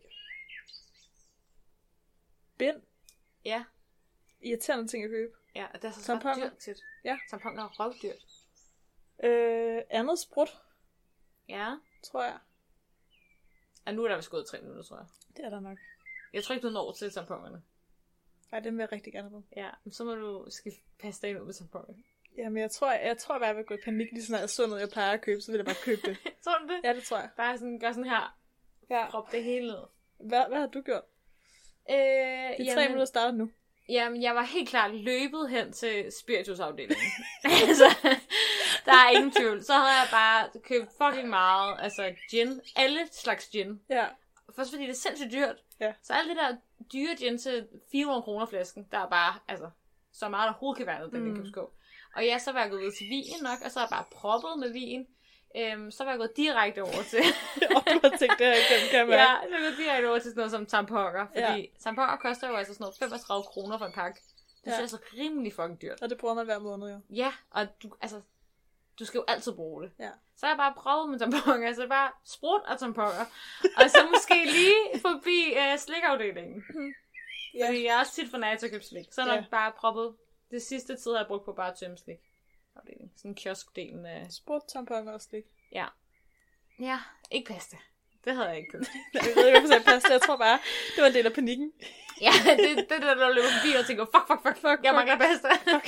bind. Ja. Irriterende ting at købe. Ja, og det er så ret dyrt tit. Ja. Tamponer er røvdyrt. Andet sprut. Ja. Tror jeg. Og nu er der vist gået 3 minutter, tror jeg. Det er der nok. Jeg tror ikke, du når til tamponerne. Nej, det vil jeg rigtig gerne bruge. Ja, men så må du skifte pasta ind ud med tamponer. Jamen, jeg tror bare, jeg vil gå i panik, lige sådan, at jeg så noget, jeg plejer at købe, så vil jeg bare købe det. Tror du det? Ja, det tror jeg. Bare sådan, gør sådan her. Ja. Prop det hele ned. Hvad har du gjort? De 3 minutter starter nu. Jamen, jeg var helt klart løbet hen til spiritusafdelingen. Altså, der er ingen tvivl. Så havde jeg bare købt fucking meget, altså gin, alle slags gin. Ja. Først fordi det er sindssygt dyrt. Ja. Så alt det der dyre gin til 400 kroner flasken, der er bare, altså, så meget der overhovedet kan være noget, den indkøbsskåb. Og ja, så var jeg gået videre til vin nok, og så har jeg bare proppet med vin. Så var jeg gået direkte over til... Og du har tænkt det her igennem, kan man? Ja, så var jeg gået direkte over til sådan noget som tamponer. Fordi tamponer koster jo altså sådan noget 35 kroner for en pakke. Det er altså rimelig fucking dyrt. Og det bruger man hver måned, jo. Ja, og du skal jo altid bruge det. Ja. Så har jeg bare prøvet med tamponer, så bare sprut og tamponer. Og så måske lige forbi slikafdelingen. Ja. Fordi jeg er også tit for nær til at købe slik. Så har jeg bare proppet... Det sidste tid har jeg brugt på bare at tømme slik. Sådan kioskdelen af... Sprut, tamponer og slik. Ja. Ja, ikke pasta. Det havde jeg ikke købt. Jeg ved ikke, hvorfor jeg pasta. Jeg tror bare, det var en del af panikken. Ja, det der løber forbi og tænker, fuck, jeg mangler pasta.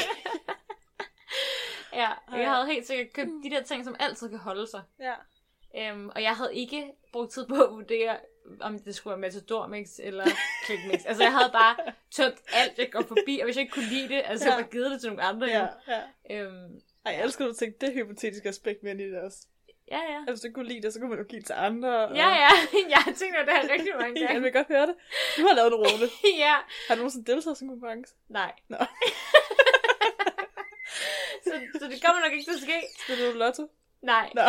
Ja, jeg havde helt sikkert købt de der ting, som altid kan holde sig. Ja. Og jeg havde ikke brugt tid på at vurdere, om det skulle være Matador Mix eller Click Mix. Altså, jeg havde bare tømt alt, jeg går forbi, og hvis jeg ikke kunne lide det, altså, jeg bare givet det til nogle andre. Ja. Jeg elsker, at du tænkte det hypotetiske aspekt med i det også. Ja. Altså, hvis du kunne lide det, så kunne man jo give det til andre. Og... Ja. Jeg har tænkt det her rigtig mange gange. Jeg vil godt høre det. Du har lavet en runde. Ja. Har du nogensinde deltaget som konkurrence? Nej. Nå. så det kommer nok ikke til at ske. Spiller du lotto? Nej. Nå.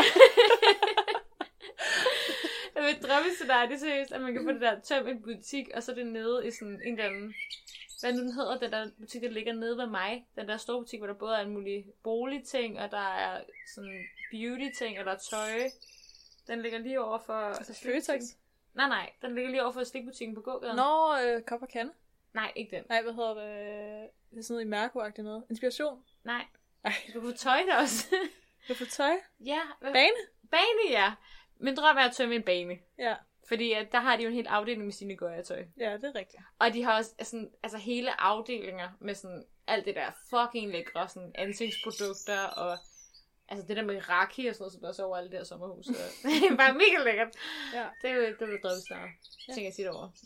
Jeg vil drømme til dig, det er seriøst, at man kan få det der tøm i en butik, og så er det nede i sådan en eller anden... Hvad nu den hedder, den der butik, der ligger nede ved mig. Den der store butik, hvor der både er en mulig boligting, og der er sådan beauty-ting, og der er tøj. Den ligger lige over for... Altså Føtex? Nej, den ligger lige over for slikbutikken på gågaden. Nå, kop og kande? Nej, ikke den. Nej, hvad hedder det? Det er sådan noget i Mærko-agtigt noget. Inspiration? Nej. Du får tøj der også. Du får tøj? Ja. Bane? Bane, ja. Min drøm er at tømme en bane. Ja. Fordi der har de jo en hel afdeling med sine gøjetøj. Ja, det er rigtigt. Og de har også sådan, altså hele afdelinger med sådan alt det der fucking lækre sådan ansigtsprodukter og altså det der med raki og sådan noget, som der er så over alle det her sommerhus. Det er bare mega lækkert. Ja. Det er jo drømme snart. Tænker jeg tit over.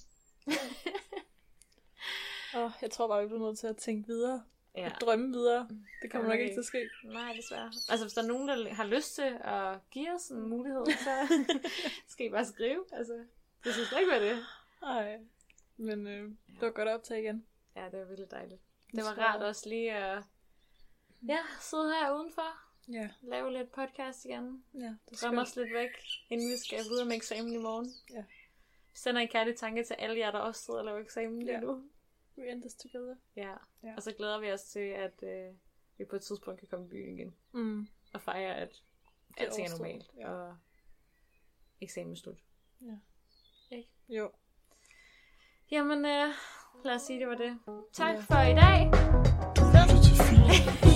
Jeg tror bare, vi bliver nødt til at tænke videre. Ja. Og drømme videre. Det kommer nok ikke til at ske. Nej, desværre. Altså, hvis der er nogen, der har lyst til at give os en mulighed, så skal I bare skrive. Altså, det synes jeg ikke være det. Nej. Men det var godt at optage igen. Ja, det var virkelig dejligt. Det var rart også lige at sidde her udenfor. Ja. Lave lidt podcast igen. Ja, drømme os lidt væk, inden vi skal videre med eksamen i morgen. Ja. Sender en kærlig tanke til alle jer, der også sidder og laver eksamen lige nu. We end this together. Ja. Og så glæder vi os til, at vi på et tidspunkt kan komme i byen igen. Og fejre, at alting er normalt. Ja. Og eksamen er slut. Ja. Ikke? Jo. Jamen, lad os sige, det var det. Tak for i dag.